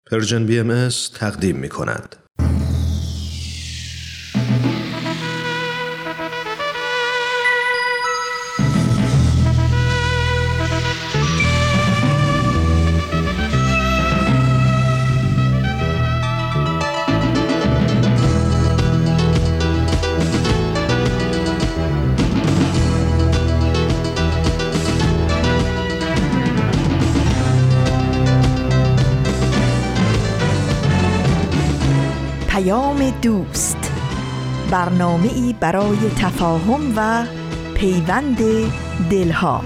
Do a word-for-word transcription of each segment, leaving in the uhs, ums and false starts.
پرژن بی ام اس تقدیم می کند. دوست، برنامه‌ای برای تفاهم و پیوند دلها.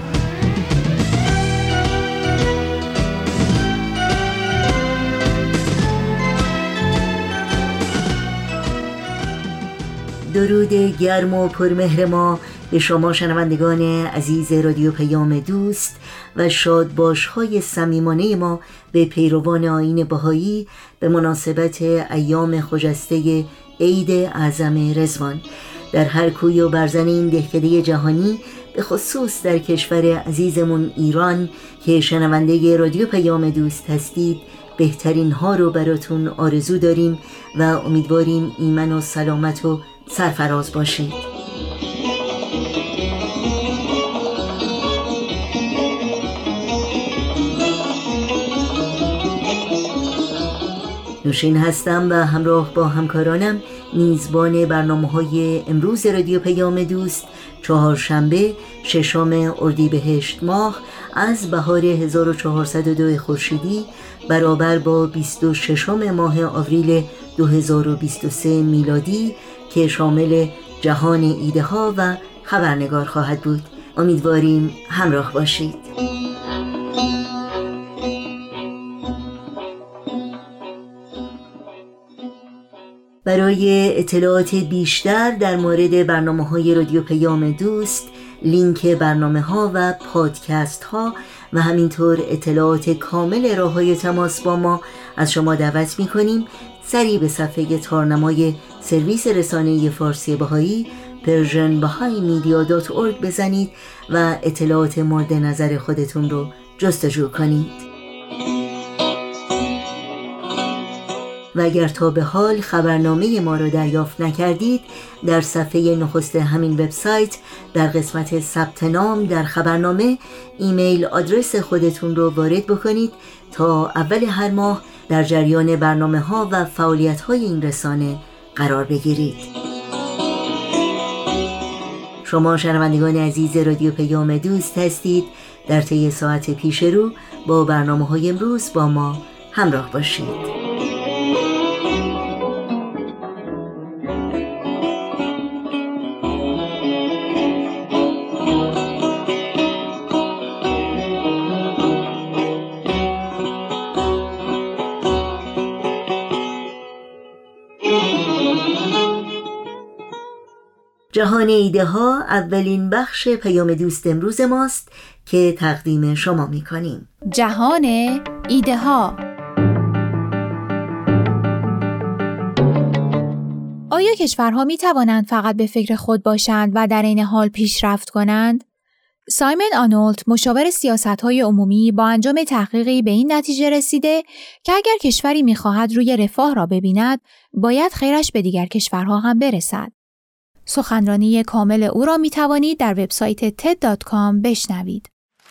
درود گرم و پرمهر ما به شما شنوندگان عزیز رادیو پیام دوست و شادباش‌های صمیمانه ما به پیروان آیین بهایی به مناسبت ایام خجسته عید اعظم رضوان در هر کوی و برزن این دهکده جهانی، به خصوص در کشور عزیزمون ایران که شنونده رادیو پیام دوست هستید، بهترین ها رو براتون آرزو داریم و امیدواریم ایمن و سلامت و سرفراز باشید. نوشین هستم و همراه با همکارانم میزبان برنامه‌های امروز رادیو پیام دوست، چهارشنبه ششم اردیبهشت ماه از بهار هزار و چهارصد و دو خورشیدی برابر با بیست و ششم ماه آوریل دو هزار و بیست و سه میلادی که شامل جهان ایده ها و خبرنگار خواهد بود. امیدواریم همراه باشید. برای اطلاعات بیشتر در مورد برنامه‌های رادیو پیام دوست، لینک برنامه‌ها و پادکست‌ها و همینطور اطلاعات کامل راه‌های تماس با ما از شما دعوت می‌کنیم سریع به صفحه تارنمای سرویس رسانه فارسی بهایی پرژن بهایی مدیا دات اورگ بزنید و اطلاعات مورد نظر خودتون رو جستجو کنید. و اگر تا به حال خبرنامه ما را دریافت نکردید، در صفحه نخست همین وبسایت در قسمت ثبت نام در خبرنامه ایمیل آدرس خودتون رو وارد بکنید تا اول هر ماه در جریان برنامه ها و فعالیت های این رسانه قرار بگیرید. شما شنوندگان عزیز رادیو پیام دوست هستید. در طی ساعت پیش رو با برنامه های امروز با ما همراه باشید. جهان ایده ها اولین بخش پیام دوست امروز ماست که تقدیم شما می کنیم. جهان ایده ها. آیا کشورها می توانند فقط به فکر خود باشند و در این حال پیشرفت کنند؟ سایمن آنولت، مشاور سیاست‌های عمومی، با انجام تحقیقی به این نتیجه رسیده که اگر کشوری می‌خواهد روی رفاه را ببیند، باید خیرش به دیگر کشورها هم برسد. سخنرانی کامل او را می توانید در وبسایت تد دات کام بشنوید.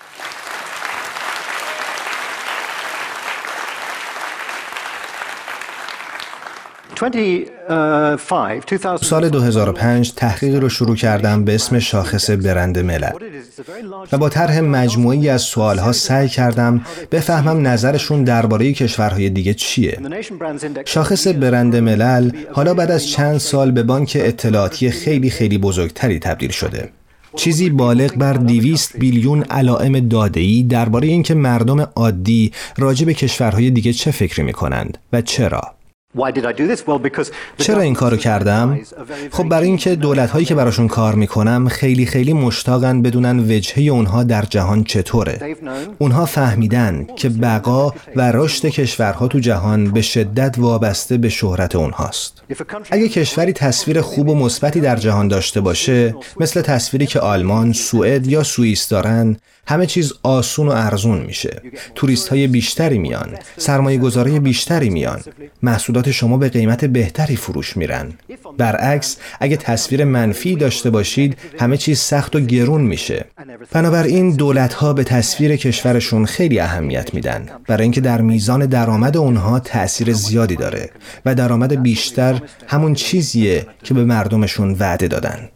سال دو هزار و پنج تحقیقی رو شروع کردم به اسم شاخص برند ملل و با طرح مجموعی از سوالها سعی کردم بفهمم نظرشون درباره کشورهای دیگه چیه. شاخص برند ملل حالا بعد از چند سال به بانک اطلاعاتی خیلی خیلی بزرگتری تبدیل شده. چیزی بالغ بر دویست بیلیون علائم داده‌ای درباره اینکه مردم عادی راجع به کشورهای دیگه چه فکری می‌کنند و چرا. چرا این کارو کردم؟ خب برای اینکه دولت‌هایی که براشون کار میکنم خیلی خیلی مشتاقن بدونن وجهه اونها در جهان چطوره. اونها فهمیدن که بقا و رشد کشورها تو جهان به شدت وابسته به شهرت اونهاست. اگه کشوری تصویر خوب و مثبتی در جهان داشته باشه، مثل تصویری که آلمان، سوئد یا سوئیس دارن، همه چیز آسون و ارزون میشه. توریست های بیشتری میان، سرمایه گذاری بیشتری میان، محصولات شما به قیمت بهتری فروش میرن. برعکس اگه تصویر منفی داشته باشید، همه چیز سخت و گرون میشه. بنابراین دولت ها به تصویر کشورشون خیلی اهمیت میدن، برای اینکه در میزان درآمد اونها تأثیر زیادی داره و درآمد بیشتر همون چیزیه که به مردمشون وعده دادن.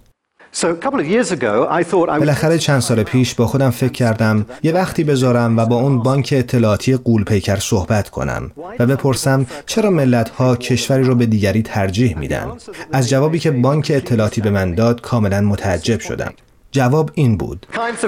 بالاخره چند سال پیش با خودم فکر کردم یه وقتی بذارم و با اون بانک اطلاعاتی غول‌پیکر صحبت کنم و بپرسم چرا ملت‌ها کشوری رو به دیگری ترجیح میدن. از جوابی که بانک اطلاعاتی به من داد کاملا متعجب شدم. جواب این بود: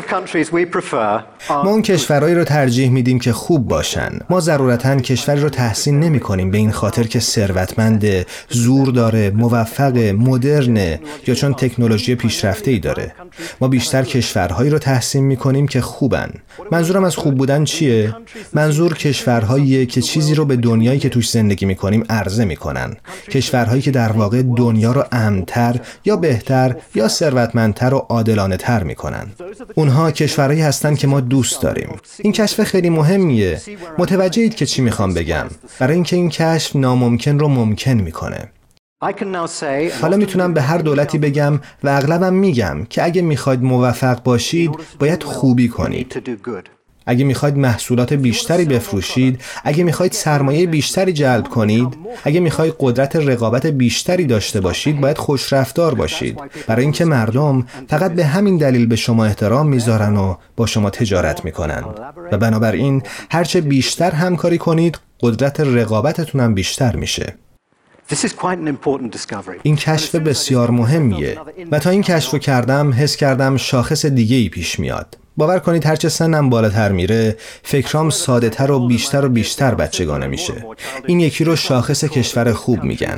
ما اون کشورهایی رو ترجیح میدیم که خوب باشن. ما ضرورتاً کشوری رو تحسین نمی کنیم به این خاطر که ثروتمنده، زور داره، موفق، مدرنه یا چون تکنولوژی پیشرفته‌ای داره. ما بیشتر کشورهایی رو تحسین می کنیم که خوبن. منظورم از خوب بودن چیه؟ منظور کشورهاییه که چیزی رو به دنیایی که توش زندگی می کنیم عرضه می کنن. کشورهایی که در واقع دنیا رو امن‌تر یا بهتر یا ثروتمندتر و عادلانه تر میکنن. اونها کشورهایی هستن که ما دوست داریم. این کشف خیلی مهمیه. متوجهید که چی میخوام بگم؟ برای اینکه این کشف ناممکن رو ممکن میکنه. حالا میتونم به هر دولتی بگم و اغلبم میگم که اگه میخواید موفق باشید باید خوبی کنید. اگه میخواید محصولات بیشتری بفروشید، اگه میخواید سرمایه بیشتری جلب کنید، اگه میخواید قدرت رقابت بیشتری داشته باشید، باید خوشرفتار باشید. برای اینکه مردم فقط به همین دلیل به شما احترام میذارن و با شما تجارت میکنن. و بنابراین هرچه بیشتر همکاری کنید، قدرت رقابتتون هم بیشتر میشه. این کشف بسیار مهمیه و تا این کشف رو کردم حس کردم شاخص دیگه‌ای پیش میاد. باور کنید هرچه سنم بالاتر میره فکرام ساده تر و بیشتر و بیشتر بچگانه میشه. این یکی رو شاخص کشور خوب میگن.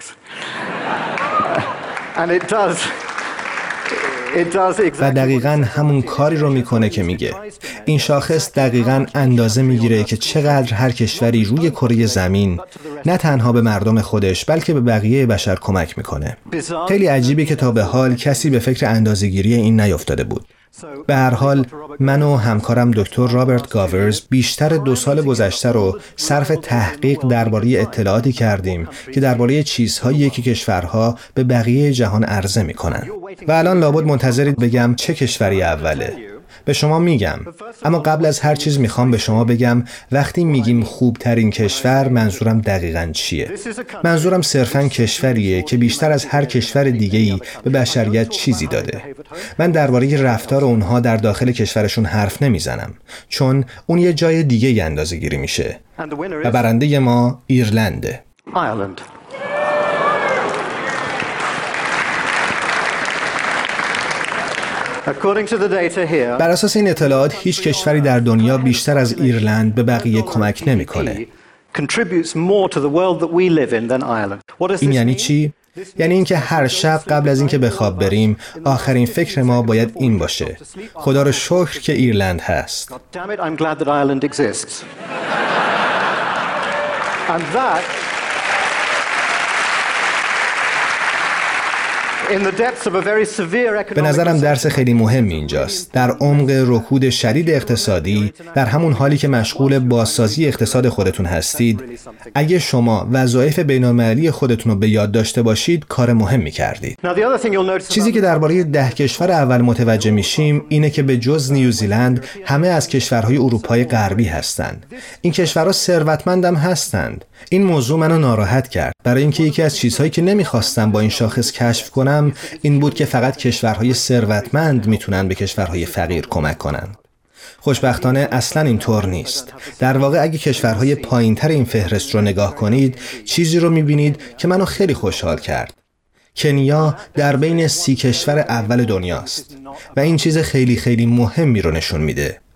و دقیقاً همون کاری رو میکنه که میگه. این شاخص دقیقاً اندازه میگیره که چقدر هر کشوری روی کره زمین نه تنها به مردم خودش بلکه به بقیه بشر کمک میکنه. خیلی عجیبه که تا به حال کسی به فکر اندازه‌گیری این نیفتاده بود. به هر حال من و همکارم دکتر رابرت گاورز بیشتر دو سال گذشته رو صرف تحقیق درباره اطلاعاتی کردیم که درباره چیزهایی که کشورها به بقیه جهان عرضه میکنن. و الان لابد منتظرید بگم چه کشوری اوله. به شما میگم، اما قبل از هر چیز میخوام به شما بگم وقتی میگیم خوب ترین کشور منظورم دقیقاً چیه. منظورم صرفاً کشوریه که بیشتر از هر کشور دیگه‌ای به بشریت چیزی داده. من درباره رفتار اونها در داخل کشورشون حرف نمیزنم، چون اون یه جای دیگه اندازه‌گیری میشه و برنده ما ایرلنده. بر اساس این اطلاعات هیچ کشوری در دنیا بیشتر از ایرلند به بقیه کمک نمی‌کنه. این یعنی چی؟ یعنی اینکه هر شب قبل از اینکه به خواب بریم آخرین فکر ما باید این باشه: خدا رو شکر که ایرلند هست. به نظرم درس خیلی مهمی اینجاست. در عمق رکود شدید اقتصادی، در همون حالی که مشغول بازسازی اقتصاد خودتون هستید، اگه شما وظایف بین‌المللی خودتون رو به یاد داشته باشید، کار مهمی کردید. چیزی که درباره ده کشور اول متوجه میشیم اینه که به جز نیوزیلند همه از کشورهای اروپای غربی هستند. این کشورها ثروتمندم هستند. این موضوع منو ناراحت کرد، برای اینکه یکی از چیزهایی که نمیخواستم با این شاخص کشف کنم این بود که فقط کشورهای ثروتمند میتونن به کشورهای فقیر کمک کنن. خوشبختانه اصلا اینطور نیست. در واقع اگه کشورهای پایینتر این فهرست رو نگاه کنید، چیزی رو میبینید که منو خیلی خوشحال کرد. کنیا در بین سی کشور اول دنیاست و این چیز خیلی خیلی مهمی رو نشون میده.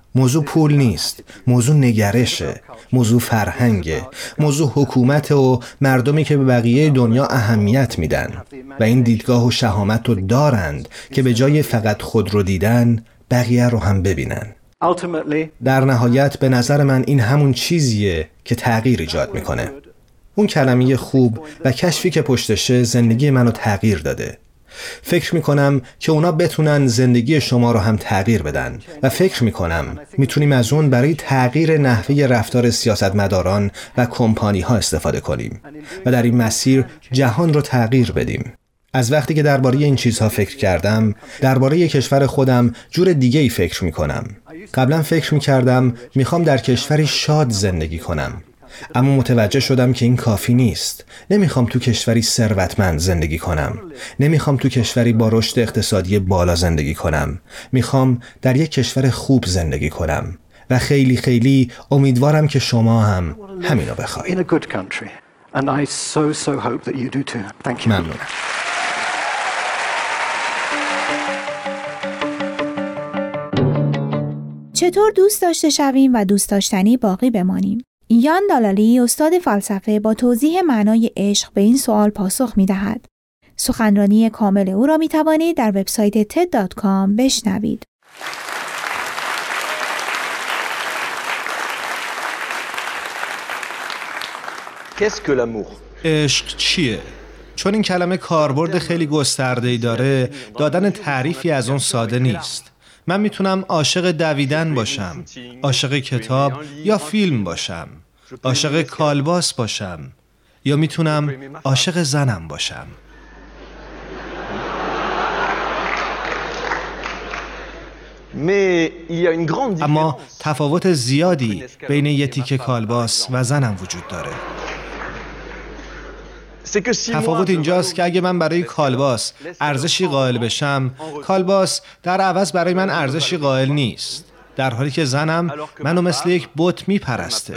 موضوع پول نیست، موضوع نگرشه، موضوع فرهنگه، موضوع حکومت و مردمی که به بقیه دنیا اهمیت میدن و این دیدگاه و شهامت رو دارند که به جای فقط خود رو دیدن بقیه رو هم ببینن. در نهایت به نظر من این همون چیزیه که تغییر ایجاد میکنه. اون کلمه خوب و کشفی که پشتشه زندگی منو تغییر داده. فکر میکنم که اونا بتونن زندگی شما رو هم تغییر بدن و فکر میکنم میتونیم از اون برای تغییر نحوه رفتار سیاستمداران و کمپانی ها استفاده کنیم و در این مسیر جهان رو تغییر بدیم. از وقتی که درباره این چیزها فکر کردم، درباره کشور خودم جور دیگه‌ای فکر میکنم. قبلا فکر میکردم میخوام در کشوری شاد زندگی کنم، اما متوجه شدم که این کافی نیست. نمیخوام تو کشوری ثروتمند زندگی کنم. نمیخوام تو کشوری با رشد اقتصادی بالا زندگی کنم. میخوام در یک کشور خوب زندگی کنم و خیلی خیلی امیدوارم که شما هم همینو بخواید. ممنون. چطور دوست داشته شویم و دوست داشتنی باقی بمانیم؟ یان دالالی استاد فلسفه با توضیح معنای عشق به این سوال پاسخ می دهد. سخنرانی کامل او را می توانید در وبسایت تد دات کام بشنوید. عشق چیه؟ چون این کلمه کاربرد خیلی گسترده‌ای داره، دادن تعریفی از اون ساده نیست. من میتونم عاشق دویدن باشم، عاشق کتاب یا فیلم باشم، عاشق کالباس باشم، یا میتونم عاشق زنم باشم. اما تفاوت زیادی بین یه تیکه کالباس و زنم وجود داره. تفاوت اینجاست که اگه من برای کالباس ارزشی قائل بشم، کالباس در عوض برای من ارزشی قائل نیست، در حالی که زنم منو مثل یک بت میپرسته.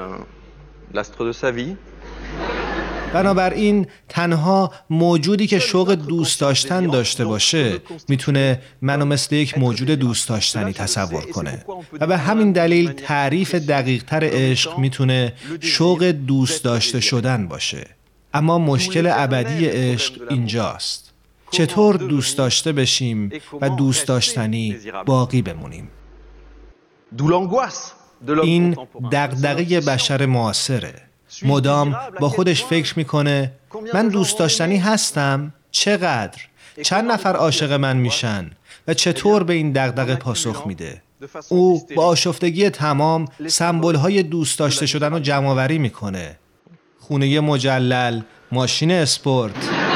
بنابراین تنها موجودی که شوق دوست داشتن داشته باشه میتونه منو مثل یک موجود دوست داشتنی تصور کنه و به همین دلیل تعریف دقیق‌تر عشق میتونه شوق دوست داشته شدن باشه. اما مشکل ابدی عشق اینجاست: چطور دوست داشته بشیم و دوست داشتنی باقی بمونیم. این دغدغه بشر معاصره. مدام با خودش فکر میکنه من دوست داشتنی هستم؟ چقدر؟ چند نفر عاشق من میشن؟ و چطور به این دغدغه پاسخ میده؟ او با آشفتگی تمام سمبول‌های دوست داشته شدن رو جمع‌آوری میکنه: خونه مجلل، ماشین اسپورت.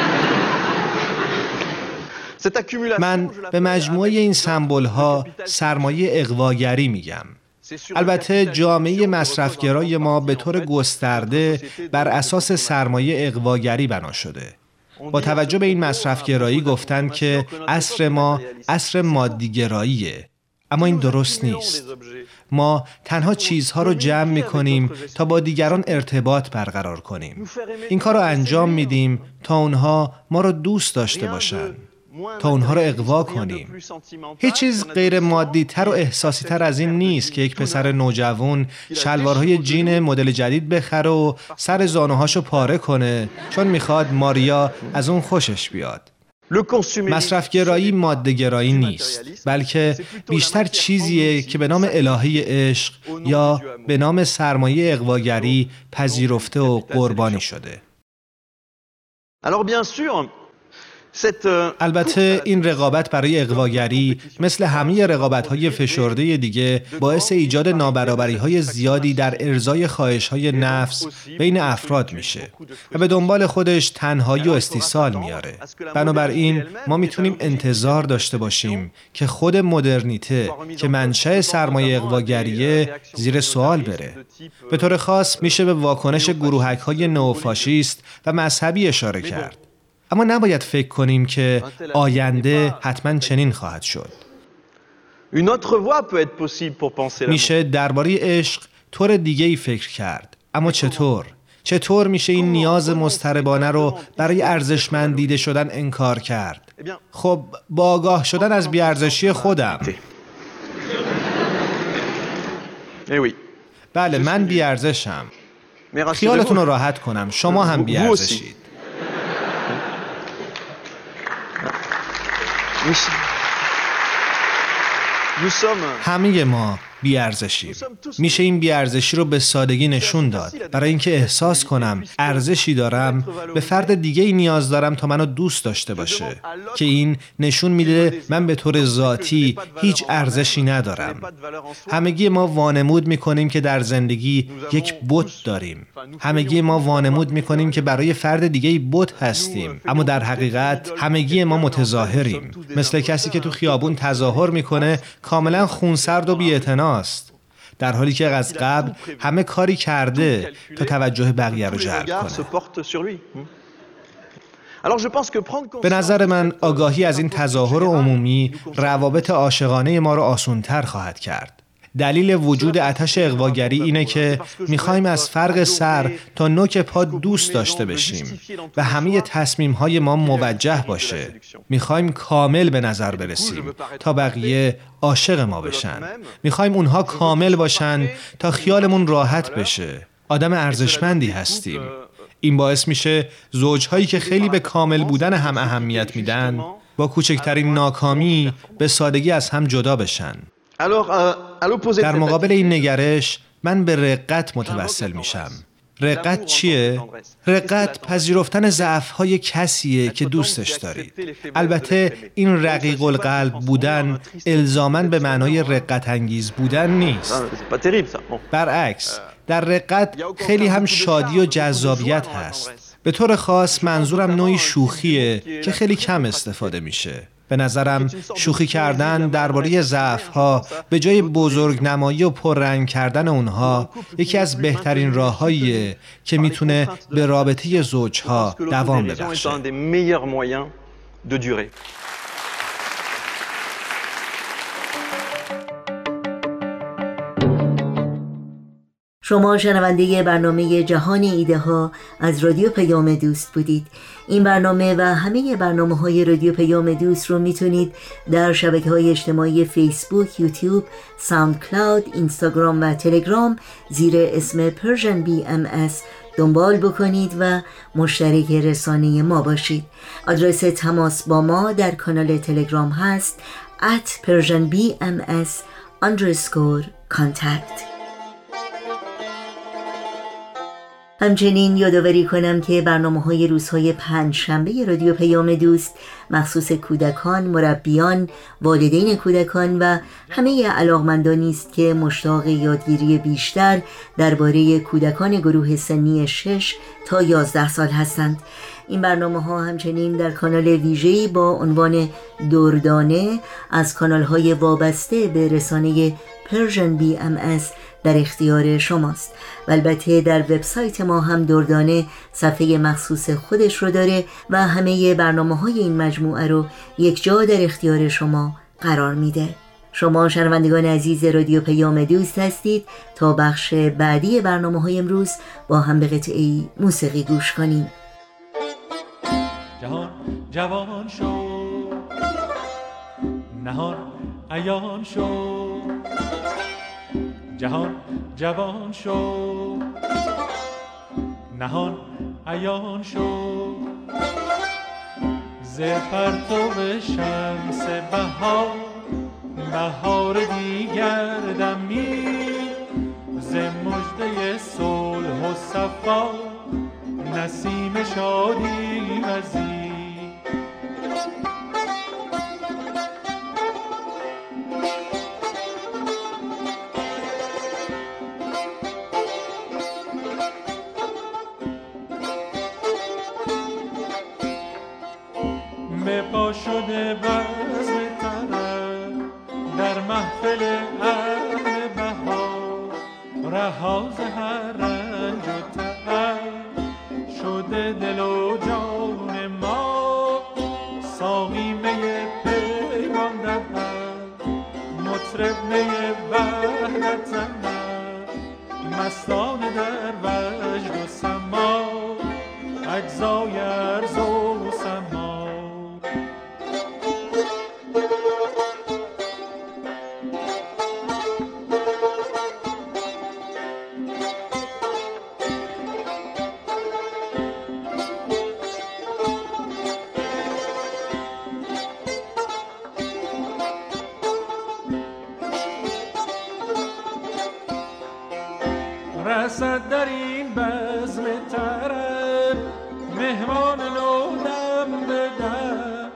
من به مجموعه این سمبول‌ها سرمایه اغواگری میگم. البته جامعه مصرفگرای ما به طور گسترده بر اساس سرمایه اغواگری بنا شده. با توجه به این مصرفگرایی گفتن که عصر ما عصر مادیگراییه، اما این درست نیست. ما تنها چیزها رو جمع می‌کنیم تا با دیگران ارتباط برقرار کنیم. این کار رو انجام میدیم تا اونها ما رو دوست داشته باشن، تا اونها رو اغوا کنیم. هیچ چیز غیر مادی تر و احساسی تر از این نیست که یک پسر نوجوان شلوارهای جین مدل جدید بخره و سر زانوهاشو پاره کنه چون میخواد ماریا از اون خوشش بیاد. مصرفگرایی ماده‌گرایی نیست، بلکه بیشتر چیزیه که به نام الهه عشق یا به نام سرمایه اغواگری پذیرفته و قربانی شده. البته این رقابت برای اغواگری مثل همه رقابت‌های فشرده دیگه باعث ایجاد نابرابری‌های زیادی در ارضای خواهش‌های نفس بین افراد میشه و به دنبال خودش تنهایی و استیصال میاره. بنابراین ما میتونیم انتظار داشته باشیم که خود مدرنیته که منشأ سرمایه اغواگریه زیر سوال بره. به طور خاص میشه به واکنش گروهک‌های نوفاشیست و مذهبی اشاره کرد. اما نباید فکر کنیم که آینده حتما چنین خواهد شد. میشه درباره عشق طور دیگه‌ای فکر کرد. اما چطور؟ چطور میشه این نیاز مضطربانه رو برای ارزشمند دیده شدن انکار کرد؟ خب با آگاه شدن از بی‌ارزشی خودم. بله من بی‌ارزشم. خیالتون رو راحت کنم، شما هم بی‌ارزشید. همه ما بی‌ارزشیم. میشه این بی‌ارزشی رو به سادگی نشون داد. برای اینکه احساس کنم ارزشی دارم، به فرد دیگه‌ای نیاز دارم تا منو دوست داشته باشه، که این نشون میده من به طور ذاتی هیچ ارزشی ندارم. همگی ما وانمود میکنیم که در زندگی یک بت داریم. همگی ما وانمود میکنیم که برای فرد دیگه‌ای بت هستیم، اما در حقیقت همگی ما متظاهریم. مثل کسی که تو خیابون تظاهر میکنه کاملا خونسرد و بی‌اعتنا است، در حالی که از قبل همه کاری کرده تا توجه بقیه رو جلب کنه. به نظر من آگاهی از این تظاهر عمومی روابط عاشقانه ما رو آسان‌تر خواهد کرد. دلیل وجود آتش اغواگری اینه که میخوایم از فرق سر تا نوک پا دوست داشته بشیم و همه تصمیم‌های ما موجه باشه. میخوایم کامل به نظر برسیم تا بقیه عاشق ما بشن. میخوایم اونها کامل باشن تا خیالمون راحت بشه. آدم ارزشمندی هستیم. این باعث میشه زوجهایی که خیلی به کامل بودن هم اهمیت میدن با کوچکترین ناکامی به سادگی از هم جدا بشن. در مقابل این نگرش من به رقت متوسل میشم. رقت چیه؟ رقت پذیرفتن ضعف‌های کسیه که دوستش دارید. البته این رقیق القلب بودن الزاماً به معنای رقت انگیز بودن نیست. برعکس، در رقت خیلی هم شادی و جذابیت هست. به طور خاص منظورم نوعی شوخیه که خیلی کم استفاده میشه. به نظرم شوخی کردن درباره ضعف‌ها به جای بزرگنمایی و پررنگ کردن اونها یکی از بهترین راه‌هاییه که میتونه به رابطه زوجها دوام ببخشه. شما شنونده برنامه جهان ایده ها از رادیو پیام دوست بودید. این برنامه و همه برنامه های رادیو پیام دوست رو میتونید در شبکه های اجتماعی فیسبوک، یوتیوب، ساوند کلاود، اینستاگرام و تلگرام زیر اسم پرژن بی ام اس دنبال بکنید و مشترک رسانه ما باشید. آدرس تماس با ما در کانال تلگرام هست ات پرژن بی ام اس underscore contact. همچنین یادآوری کنم که برنامه‌های روزهای پنج شنبه رادیو پیام دوست مخصوص کودکان، مربیان، والدین کودکان و همه علاقمندانی است که مشتاق یادگیری بیشتر درباره کودکان گروه سنی شش تا یازده سال هستند. این برنامه‌ها همچنین در کانال ویژه‌ای با عنوان دردانه از کانال‌های وابسته به رسانه پرژن بی ام اس در اختیار شماست. و البته در وبسایت ما هم دردانه صفحه مخصوص خودش رو داره و همه برنامه‌های این مجموعه رو یک جا در اختیار شما قرار میده. شما شنوندگان عزیز رادیو پیام دوست هستید. تا بخش بعدی برنامه‌های امروز با هم به قطعه‌ای موسیقی گوش کنیم. جهان جوان شو، نهان عیان شو. جهان جوان شو، نهان عیان شو. ز پرتو شمس بهار بهار دیگر دمی، ز مژده صلح و صفا نسیم شادی وزی. به پا شده بزم طرب در محفل اهل بهار، رها ز هر رنج و تعب شده دل و جان ما. ساقی می پیمان دهد، مطرب می وحدت زند، مستان در وجد و سما، اجزای ارز و سما. رسد در این بزم طرب مهمان نو دم به دم.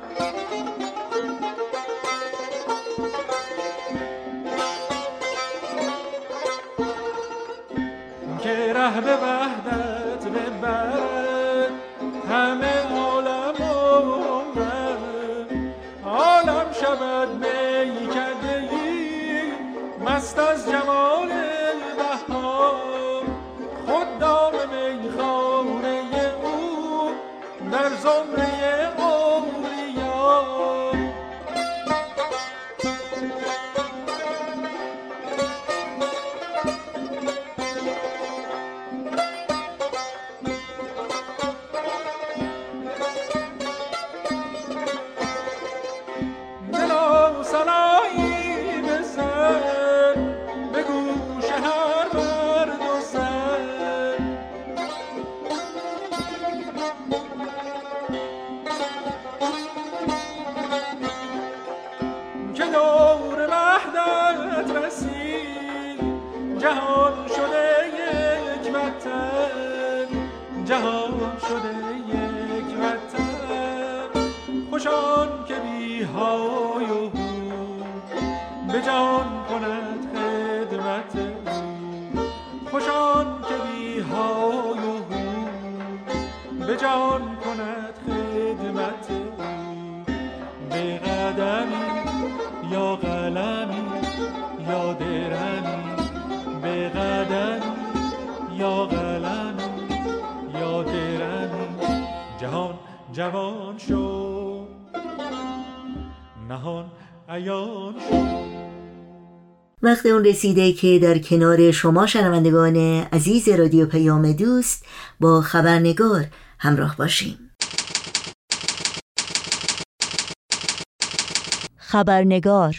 که ره به وحدت ببرد همه عالم عمرم، عالم شود میکده‌ای مست از جمال البهار، خود دام میخانه او در زمره اولیا. جهان شده یک وطن، خوشان که بی های و هو به جان کند خدمت او، خوشان که بی های و هو به جان کند خدمت او. به قدمی یا قلمی یا درمی، به قدمی یا قلمی یا درمی، جهان جوان شد نهان عیان شد. وقت اون رسیده که در کنار شما شنوندگان عزیز رادیو پیام دوست با خبرنگار همراه باشیم. خبرنگار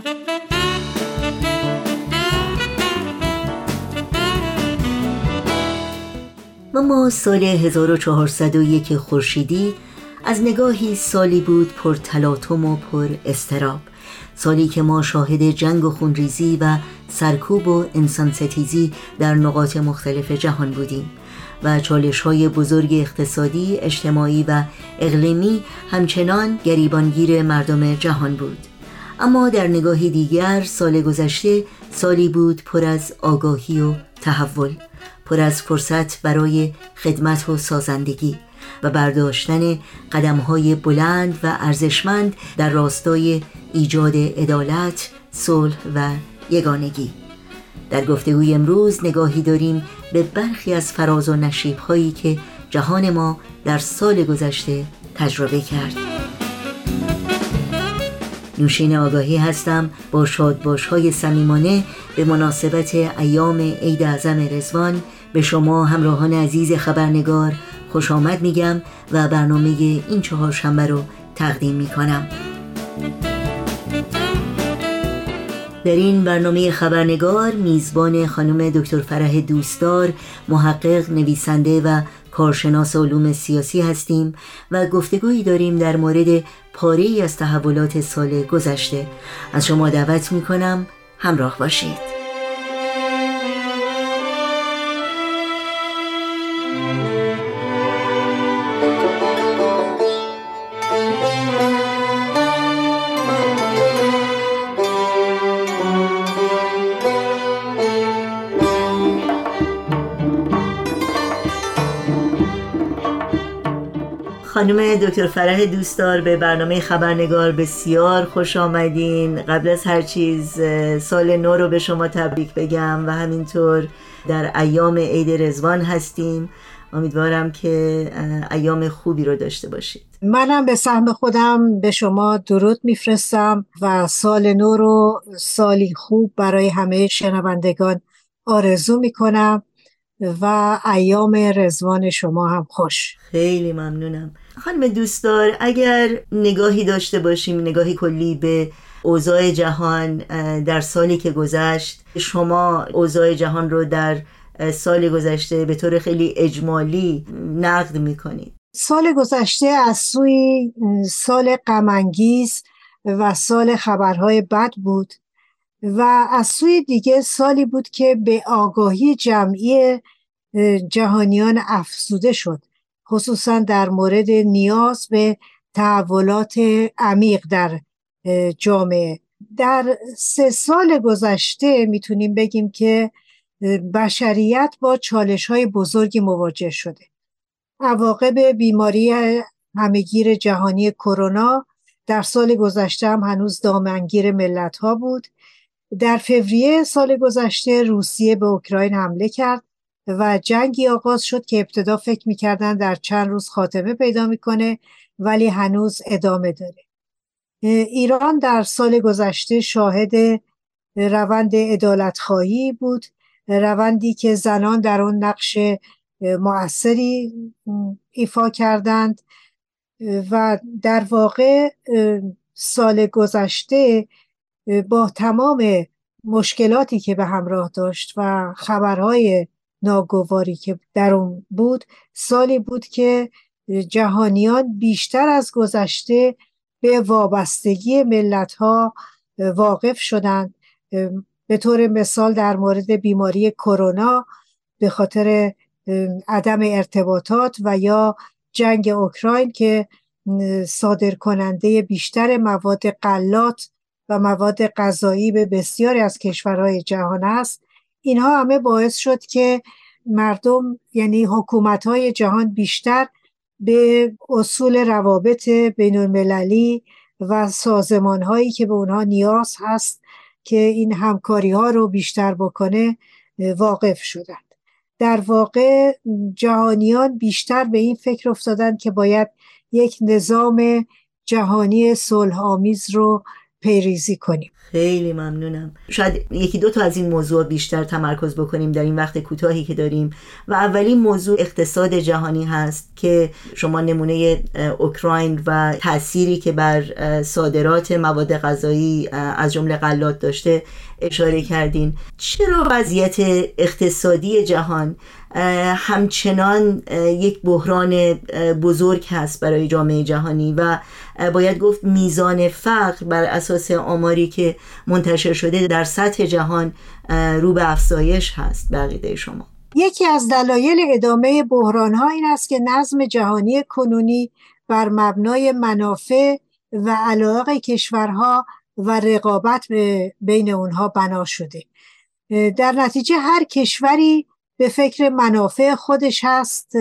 و ما سال هزار و چهارصد و یک خورشیدی از نگاهی سالی بود پر تلاطم و پر اضطراب، سالی که ما شاهد جنگ و خونریزی و سرکوب و انسان ستیزی در نقاط مختلف جهان بودیم و چالش‌های بزرگ اقتصادی، اجتماعی و اقلیمی همچنان گریبانگیر مردم جهان بود. اما در نگاهی دیگر سال گذشته سالی بود پر از آگاهی و تحول، پر از فرصت برای خدمت و سازندگی و برداشتن قدم‌های بلند و ارزشمند در راستای ایجاد عدالت، صلح و یگانگی. در گفتگوی امروز نگاهی داریم به برخی از فراز و نشیب‌هایی که جهان ما در سال گذشته تجربه کرد. نوشین آگاهی هستم. با شادباش‌های صمیمانه به مناسبت ایام عید اعظم رضوان به شما همراهان عزیز خبرنگار خوش آمد میگم و برنامه این چهارشنبه رو تقدیم میکنم. در این برنامه خبرنگار میزبان خانم دکتر فرح دوستدار، محقق، نویسنده و کارشناس علوم سیاسی هستیم و گفتگویی داریم در مورد پاره‌ای از تحولات سال گذشته. از شما دعوت میکنم همراه باشید. خانم دکتر فرح دوستدار به برنامه خبرنگار بسیار خوش آمدین. قبل از هر چیز سال نو رو به شما تبریک بگم و همینطور در ایام عید رضوان هستیم. امیدوارم که ایام خوبی رو داشته باشید. منم به سهم خودم به شما درود میفرستم و سال نو رو سالی خوب برای همه شنوندگان آرزو میکنم و ایام رضوان شما هم خوش. خیلی ممنونم. خانم دوستدار، اگر نگاهی داشته باشیم، نگاهی کلی به اوضاع جهان در سالی که گذشت، شما اوضاع جهان رو در سال گذشته به طور خیلی اجمالی نقد میکنید. سال گذشته از سوی سال غم‌انگیز و سال خبرهای بد بود و از سوی دیگه سالی بود که به آگاهی جمعی جهانیان افزوده شد، خصوصا در مورد نیاز به تحولات عمیق در جامعه. در سه سال گذشته میتونیم بگیم که بشریت با چالش‌های بزرگی مواجه شده. عواقب بیماری همهگیر جهانی کرونا در سال گذشته هم هنوز دامنگیر ملت‌ها بود. در فوریه سال گذشته روسیه به اوکراین حمله کرد و جنگی آغاز شد که ابتدا فکر می‌کردن در چند روز خاتمه پیدا می‌کنه، ولی هنوز ادامه داره. ایران در سال گذشته شاهد روند عدالت‌خواهی بود، روندی که زنان در آن نقش مؤثری ایفا کردند و در واقع سال گذشته با تمام مشکلاتی که به همراه داشت و خبرهای ناگواری که در اون بود، سالی بود که جهانیان بیشتر از گذشته به وابستگی ملت‌ها واقف شدند. به طور مثال در مورد بیماری کرونا به خاطر عدم ارتباطات و یا جنگ اوکراین که صادر کننده بیشتر مواد غلات و مواد غذایی به بسیاری از کشورهای جهان است، اینها همه باعث شد که مردم، یعنی حکومت‌های جهان، بیشتر به اصول روابط بین المللی و سازمان‌هایی که به اونها نیاز هست که این همکاری‌ها رو بیشتر بکنه واقف شدند. در واقع جهانیان بیشتر به این فکر افتادند که باید یک نظام جهانی صلح‌آمیز رو پیریزی کنیم. خیلی ممنونم. شاید یکی دو تا از این موضوع بیشتر تمرکز بکنیم در این وقت کوتاهی که داریم. و اولین موضوع اقتصاد جهانی هست که شما نمونه اوکراین و تأثیری که بر صادرات مواد غذایی از جمله غلات داشته اشاره کردین. چرا وضعیت اقتصادی جهان همچنان یک بحران بزرگ هست برای جامعه جهانی و باید گفت میزان فقر بر اساس آماری که منتشر شده در سطح جهان رو به افزایش هست به عقیده شما؟ یکی از دلایل ادامه بحران‌ها این است که نظم جهانی کنونی بر مبنای منافع و علاقه کشورها و رقابت بین اونها بنا شده. در نتیجه هر کشوری به فکر منافع خودش هست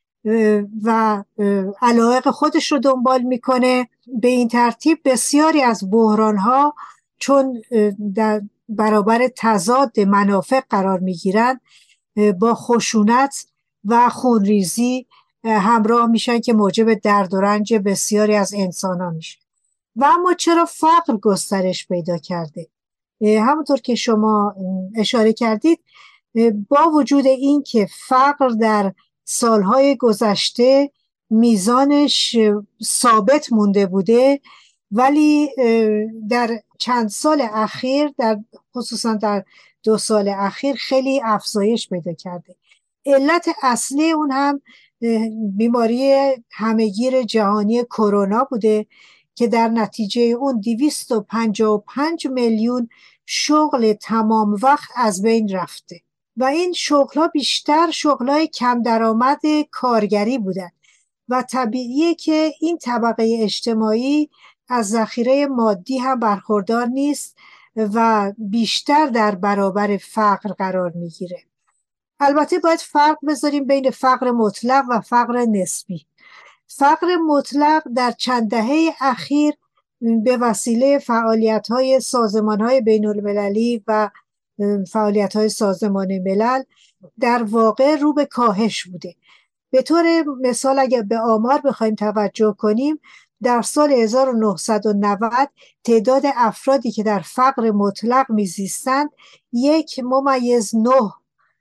و علایق خودش رو دنبال میکنه. به این ترتیب بسیاری از بحران‌ها چون در برابر تضاد منافع قرار میگیرن با خشونت و خونریزی همراه میشن که موجب درد و رنج بسیاری از انسان‌ها میشه. و اما چرا فقر گسترش پیدا کرده؟ همونطور که شما اشاره کردید، با وجود این که فقر در سالهای گذشته میزانش ثابت مونده بوده، ولی در چند سال اخیر، در خصوصا در دو سال اخیر خیلی افزایش پیدا کرده. علت اصلی اون هم بیماری همهگیر جهانی کرونا بوده که در نتیجه اون دویست و پنجاه و پنج میلیون شغل تمام وقت از بین رفته و این شغل‌ها بیشتر شغل‌های کم درآمد کارگری بودن و طبیعیه که این طبقه اجتماعی از ذخیره مادی هم برخوردار نیست و بیشتر در برابر فقر قرار میگیره. البته باید فرق بذاریم بین فقر مطلق و فقر نسبی. فقر مطلق در چند دهه اخیر به وسیله فعالیت‌های سازمان‌های بین‌المللی و فعالیت‌های سازمان ملل در واقع رو به کاهش بوده. به طور مثال اگر به آمار بخوایم توجه کنیم، در سال هزار و نهصد و نود تعداد افرادی که در فقر مطلق میزیستند یک ممیز نه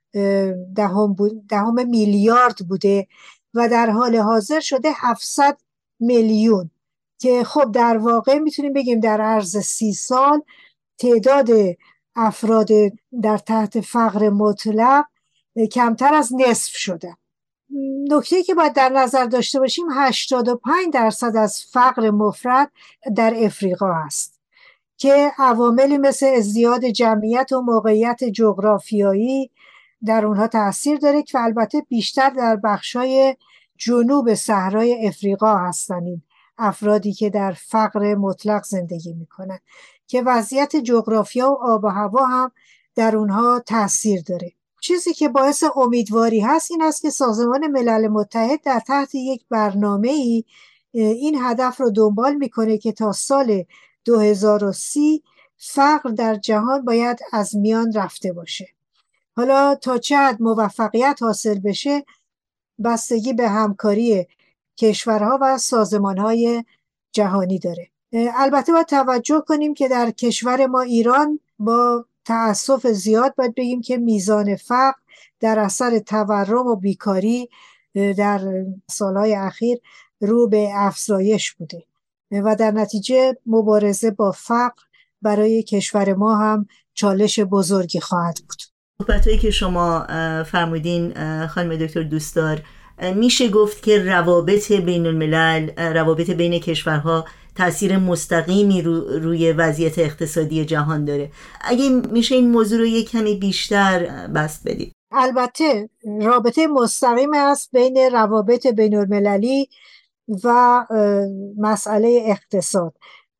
دهم, دهم میلیارد بوده و در حال حاضر شده هفتصد میلیون که خب در واقع میتونیم بگیم در عرض سی سال تعداد افراد در تحت فقر مطلق کمتر از نصف شده. نکته که باید در نظر داشته باشیم هشتاد و پنج درصد از فقر مفرد در افریقا است که عواملی مثل ازدیاد جمعیت و موقعیت جغرافیایی در اونها تأثیر داره که البته بیشتر در بخشای جنوب صحرای افریقا هستن این افرادی که در فقر مطلق زندگی میکنن که وضعیت جغرافیا و آب و هوا هم در اونها تأثیر داره. چیزی که باعث امیدواری هست این است که سازمان ملل متحد در تحت یک برنامه‌ای این هدف رو دنبال میکنه که تا سال دو هزار و سی فقر در جهان باید از میان رفته باشه. حالا تا چه حد موفقیت حاصل بشه بستگی به همکاری کشورها و سازمانهای جهانی داره. البته باید توجه کنیم که در کشور ما ایران با تأسف زیاد باید بگیم که میزان فقر در اثر تورم و بیکاری در سالهای اخیر رو به افزایش بوده و در نتیجه مبارزه با فقر برای کشور ما هم چالش بزرگی خواهد بود. صحبتایی که شما فرمودین خانم دکتر دوستدار، میشه گفت که روابط بین الملل، روابط بین کشورها تأثیر مستقیمی رو روی وضعیت اقتصادی جهان داره. اگه میشه این موضوع رو یک کمی بیشتر بسط بدید. البته رابطه مستقیم است بین روابط بین المللی و مسئله اقتصاد.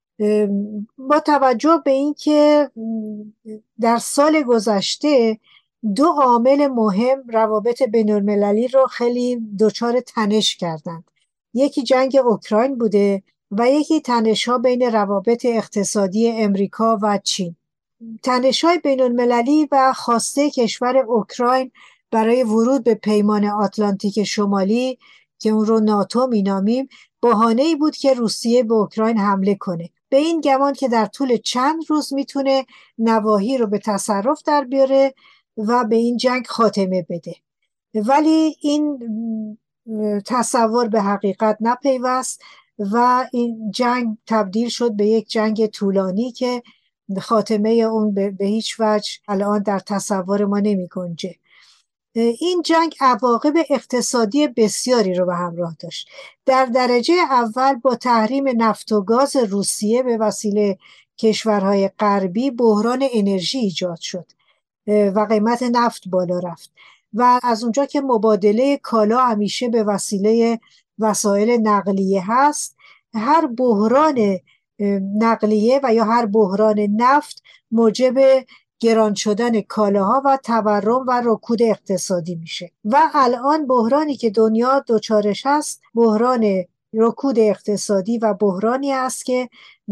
با توجه به این که در سال گذشته دو عامل مهم روابط بین المللی رو خیلی دچار تنش کردند. یکی جنگ اوکراین بوده و یکی تنش‌ها بین روابط اقتصادی امریکا و چین. تنش‌های بین المللی و خواسته کشور اوکراین برای ورود به پیمان آتلانتیک شمالی که اون رو ناتو مینامیم بهانه‌ای بود که روسیه به اوکراین حمله کنه، به این گمان که در طول چند روز میتونه نواحی رو به تصرف در بیاره و به این جنگ خاتمه بده. ولی این تصور به حقیقت نپیوست و این جنگ تبدیل شد به یک جنگ طولانی که خاتمه اون به هیچ وجه الان در تصور ما نمی گنجه. این جنگ عواقب اقتصادی بسیاری رو به همراه داشت. در درجه اول با تحریم نفت و گاز روسیه به وسیله کشورهای غربی بحران انرژی ایجاد شد و قیمت نفت بالا رفت و از اونجا که مبادله کالا همیشه به وسیله وسایل نقلیه هست، هر بحران نقلیه و یا هر بحران نفت موجب گران شدن کالاها و تورم و رکود اقتصادی میشه و الان بحرانی که دنیا دچارش هست بحران رکود اقتصادی و بحرانی است که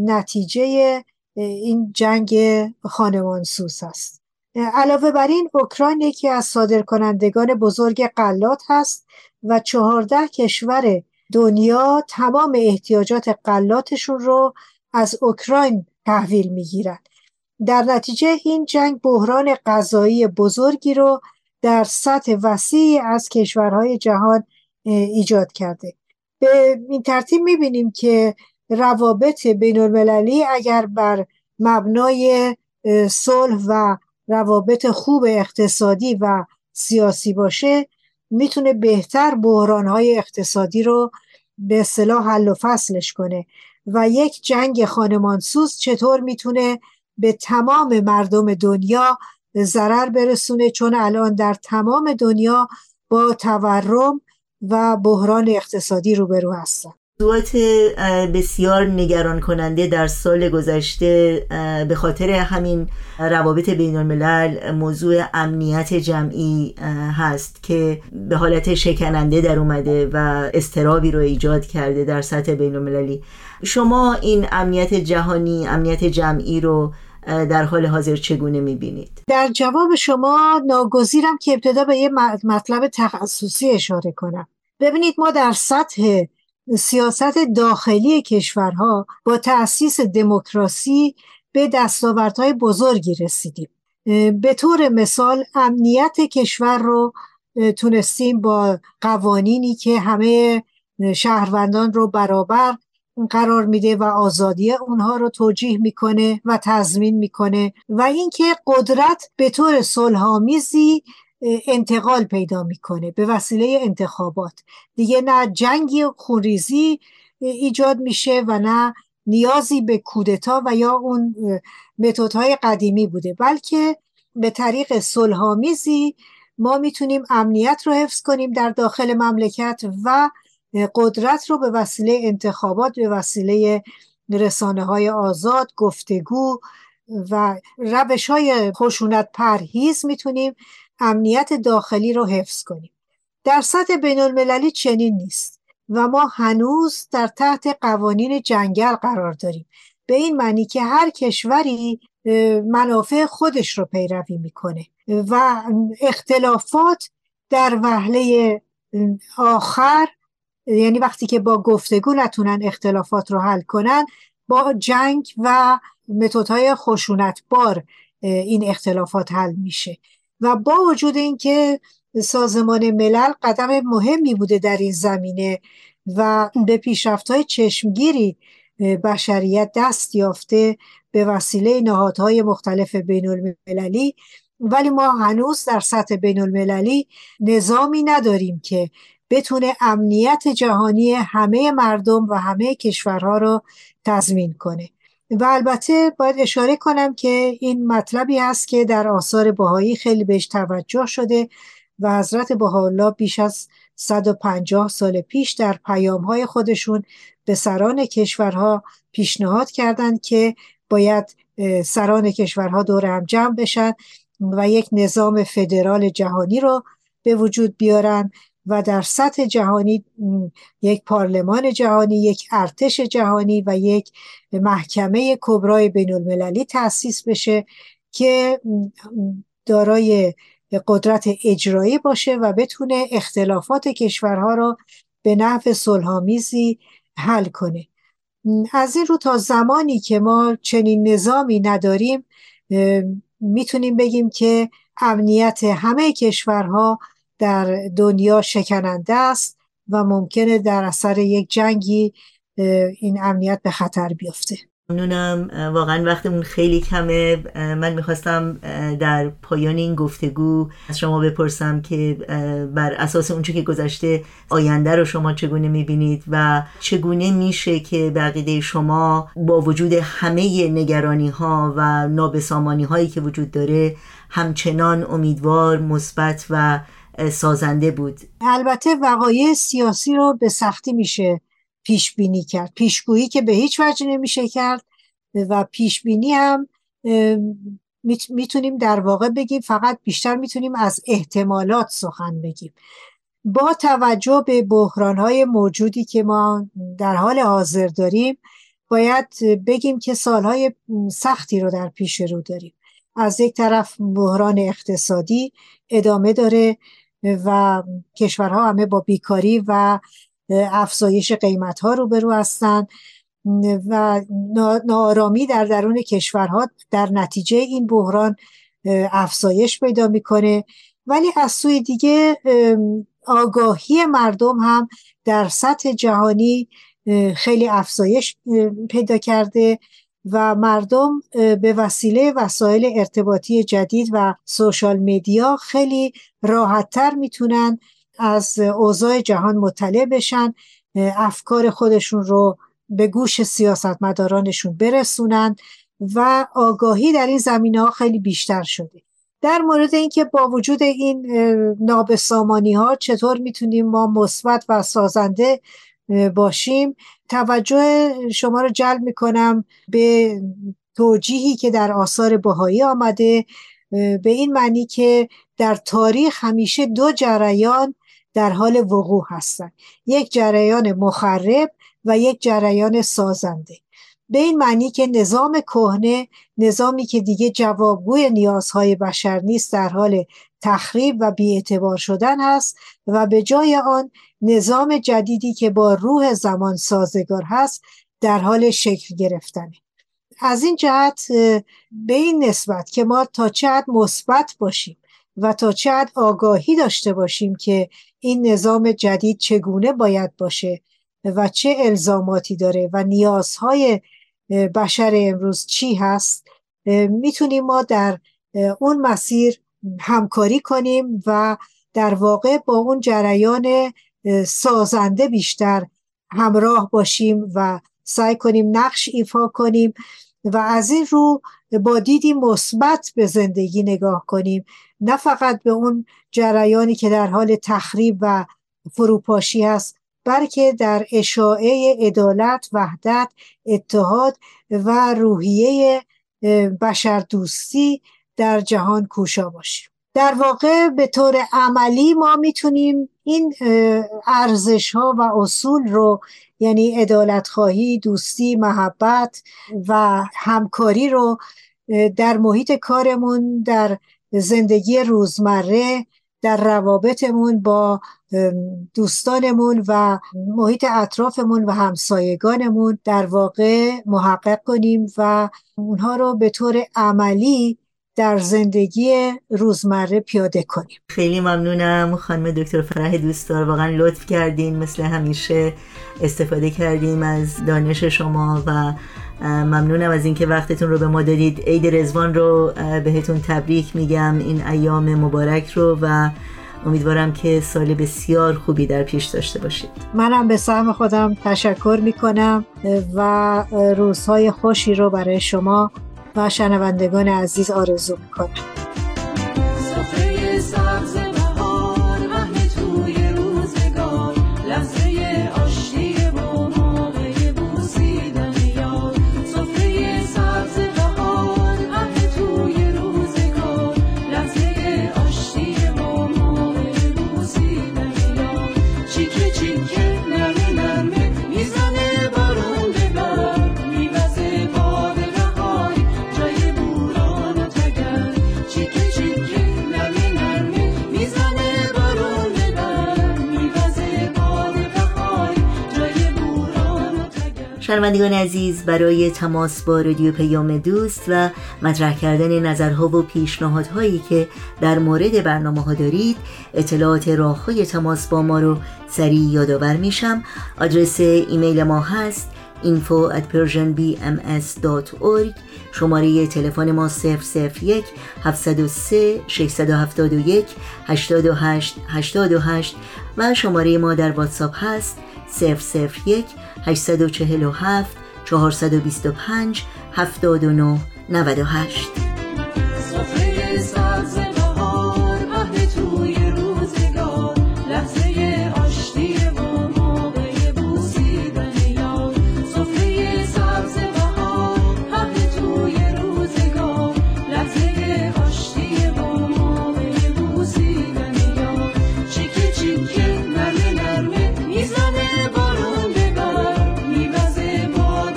نتیجه این جنگ خانمانسوز است. علاوه بر این اوکراین یکی از صادرکنندگان بزرگ غلات هست و چهارده کشور دنیا تمام احتیاجات غلاتشون رو از اوکراین تحویل میگیرن. در نتیجه این جنگ بحران غذایی بزرگی رو در سطح وسیعی از کشورهای جهان ایجاد کرده. به این ترتیب میبینیم که روابط بین المللی اگر بر مبنای صلح و روابط خوب اقتصادی و سیاسی باشه میتونه بهتر بحرانهای اقتصادی رو به اصطلاح حل و فصلش کنه و یک جنگ خانمانسوز چطور میتونه به تمام مردم دنیا ضرر برسونه، چون الان در تمام دنیا با تورم و بحران اقتصادی روبرو هستن. موضوعات بسیار نگران کننده در سال گذشته به خاطر همین روابط بین الملل موضوع امنیت جمعی هست که به حالت شکننده در اومده و اضطرابی رو ایجاد کرده در سطح بین المللی. شما این امنیت جهانی، امنیت جمعی رو در حال حاضر چگونه می‌بینید؟ در جواب شما ناگزیرم که ابتدا به یه مطلب تخصصی اشاره کنم. ببینید ما در سطح سیاست داخلی کشورها با تأسیس دموکراسی به دستاوردهای بزرگی رسیدیم. به طور مثال امنیت کشور رو تونستیم با قوانینی که همه شهروندان رو برابر قرار میده و آزادی اونها رو توجیه میکنه و تضمین میکنه و اینکه قدرت به طور صلح‌آمیزی انتقال پیدا میکنه به وسیله انتخابات. دیگه نه جنگی و خونریزی ایجاد میشه و نه نیازی به کودتا و یا اون متدهای قدیمی بوده، بلکه به طریق صلح‌آمیزی ما میتونیم امنیت رو حفظ کنیم در داخل مملکت و قدرت رو به وسیله انتخابات، به وسیله رسانه‌های آزاد، گفتگو و روش‌های خشونت پرهیز میتونیم امنیت داخلی رو حفظ کنیم. در سطح بین‌المللی چنین نیست و ما هنوز در تحت قوانین جنگل قرار داریم، به این معنی که هر کشوری منافع خودش رو پیروی میکنه و اختلافات در وهله آخر، یعنی وقتی که با گفتگو نتونن اختلافات رو حل کنن، با جنگ و متدهای خشونتبار این اختلافات حل میشه. و با وجود این که سازمان ملل قدم مهمی بوده در این زمینه و به پیشرفت‌های چشمگیری بشریت دست یافته به وسیله نهادهای مختلف بین‌المللی، ولی ما هنوز در سطح بین‌المللی نظامی نداریم که بتونه امنیت جهانی همه مردم و همه کشورها رو تضمین کنه. و البته باید اشاره کنم که این مطلبی هست که در آثار بهایی خیلی بهش توجه شده و حضرت بهاءالله بیش از صد و پنجاه سال پیش در پیام‌های خودشون به سران کشورها پیشنهاد کردند که باید سران کشورها دور هم جمع بشن و یک نظام فدرال جهانی رو به وجود بیارن و در سطح جهانی یک پارلمان جهانی، یک ارتش جهانی و یک محکمه کبرای بین المللی تأسیس بشه که دارای قدرت اجرایی باشه و بتونه اختلافات کشورها رو به نحو صلح‌آمیزی حل کنه. از این رو تا زمانی که ما چنین نظامی نداریم میتونیم بگیم که امنیت همه کشورها در دنیا شکننده است و ممکنه در اثر یک جنگی این امنیت به خطر بیفته. ممنونم، واقعا وقتمون خیلی کمه. من میخواستم در پایان این گفتگو از شما بپرسم که بر اساس اونچه که گذشته آینده رو شما چگونه میبینید و چگونه میشه که به عقیده شما با وجود همه نگرانی ها و نابسامانی هایی که وجود داره همچنان امیدوار، مثبت و سازنده بود؟ البته وقایع سیاسی رو به سختی میشه پیش بینی کرد، پیشگویی که به هیچ وجه نمیشه کرد و پیش بینی هم میتونیم در واقع بگیم فقط بیشتر میتونیم از احتمالات سخن بگیم. با توجه به بحران‌های موجودی که ما در حال حاضر داریم باید بگیم که سالهای سختی رو در پیش رو داریم. از یک طرف بحران اقتصادی ادامه داره و کشورها همه با بیکاری و افزایش قیمت‌ها روبرو هستند و ناآرامی در درون کشورها در نتیجه این بحران افزایش پیدا میکنه. ولی از سوی دیگه آگاهی مردم هم در سطح جهانی خیلی افزایش پیدا کرده و مردم به وسیله وسایل ارتباطی جدید و سوشال میدیا خیلی راحت‌تر میتونن از اوضاع جهان مطلع بشن، افکار خودشون رو به گوش سیاستمدارانشون برسونن و آگاهی در این زمینه‌ها خیلی بیشتر شده. در مورد اینکه با وجود این نابسامانی‌ها چطور میتونیم ما مثبت و سازنده باشیم، توجه شما رو جلب میکنم به توجیهی که در آثار بهایی آمده، به این معنی که در تاریخ همیشه دو جریان در حال وقوع هستند، یک جریان مخرب و یک جریان سازنده. به این معنی که نظام کهنه، نظامی که دیگه جوابگوی نیازهای بشر نیست، در حال تخریب و بی‌اعتبار شدن هست و به جای آن نظام جدیدی که با روح زمان سازگار هست در حال شکل گرفتنه. از این جهت به این نسبت که ما تا چه حد مثبت باشیم و تا چه حد آگاهی داشته باشیم که این نظام جدید چگونه باید باشه و چه الزاماتی داره و نیازهای بشر امروز چی هست، میتونیم ما در اون مسیر همکاری کنیم و در واقع با اون جریان سازنده بیشتر همراه باشیم و سعی کنیم نقش ایفا کنیم و از این رو با دیدی مثبت به زندگی نگاه کنیم، نه فقط به اون جریانی که در حال تخریب و فروپاشی هست، بلکه در اشاعه عدالت، وحدت، اتحاد و روحیه بشردوستی در جهان کوشا باشیم. در واقع به طور عملی ما میتونیم این ارزش ها و اصول رو، یعنی عدالت خواهی، دوستی، محبت و همکاری رو در محیط کارمون، در زندگی روزمره، در روابطمون با دوستانمون و محیط اطرافمون و همسایگانمون در واقع محقق کنیم و اونها رو به طور عملی در زندگی روزمره پیاده کنیم. خیلی ممنونم خانم دکتر فرح دوستدار، واقعا لطف کردین، مثل همیشه استفاده کردیم از دانش شما و ممنونم از اینکه وقتتون رو به ما دادید. عید رضوان رو بهتون تبریک میگم، این ایام مبارک رو، و امیدوارم که سال بسیار خوبی در پیش داشته باشید. منم به سهم خودم تشکر میکنم و روزهای خوشی رو برای شما و شنوندگان عزیز آرزو میکنم. شنوندگان عزیز، برای تماس با رادیو پیام دوست و مطرح کردن نظرها و پیشنهادهایی که در مورد برنامه ها دارید، اطلاعات راههای تماس با ما رو سریع یادآور میشم. آدرس ایمیل ما هست info at persian b m s dot org. شماره تلفن ما صفر صفر یک هفت صفر سه شش هفت یک هشت هشت هشت هشت و شماره ما در واتساپ هست صفر صفر یک هشت چهار هفت چهار دو پنج هفت نه نه هشت.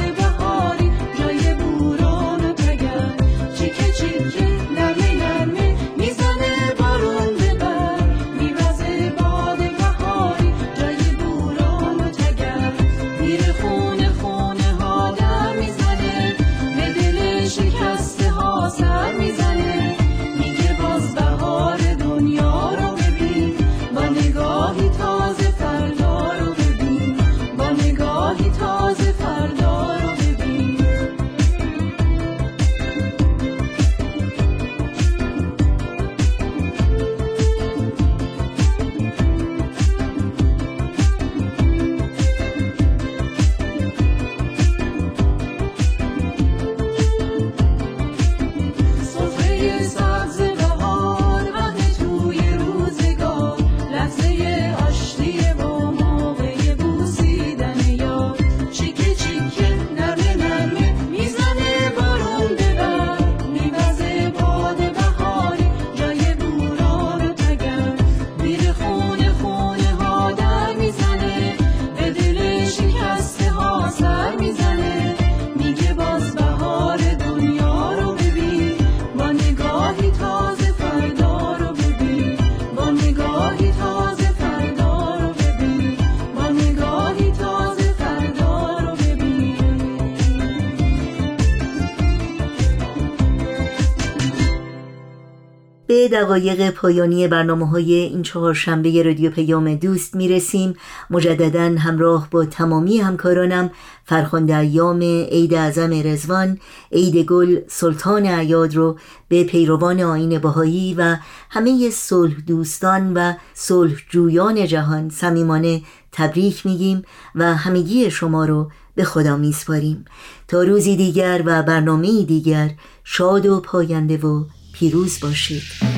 نرمه نرمه به دقایق پایانی برنامه‌های این چهارشنبه رادیو پیام دوست میرسیم. مجدداً همراه با تمامی همکارانم، فرخنده ایام عید اعظم رضوان، عید گل سلطان اعیاد رو به پیروان آیین بهایی و همه صلح دوستان و صلح جویان جهان صمیمانه تبریک میگیم و همگی شما رو به خدا میسپاریم. تا روزی دیگر و برنامه‌ای دیگر شاد و پاینده و پیروز باشید.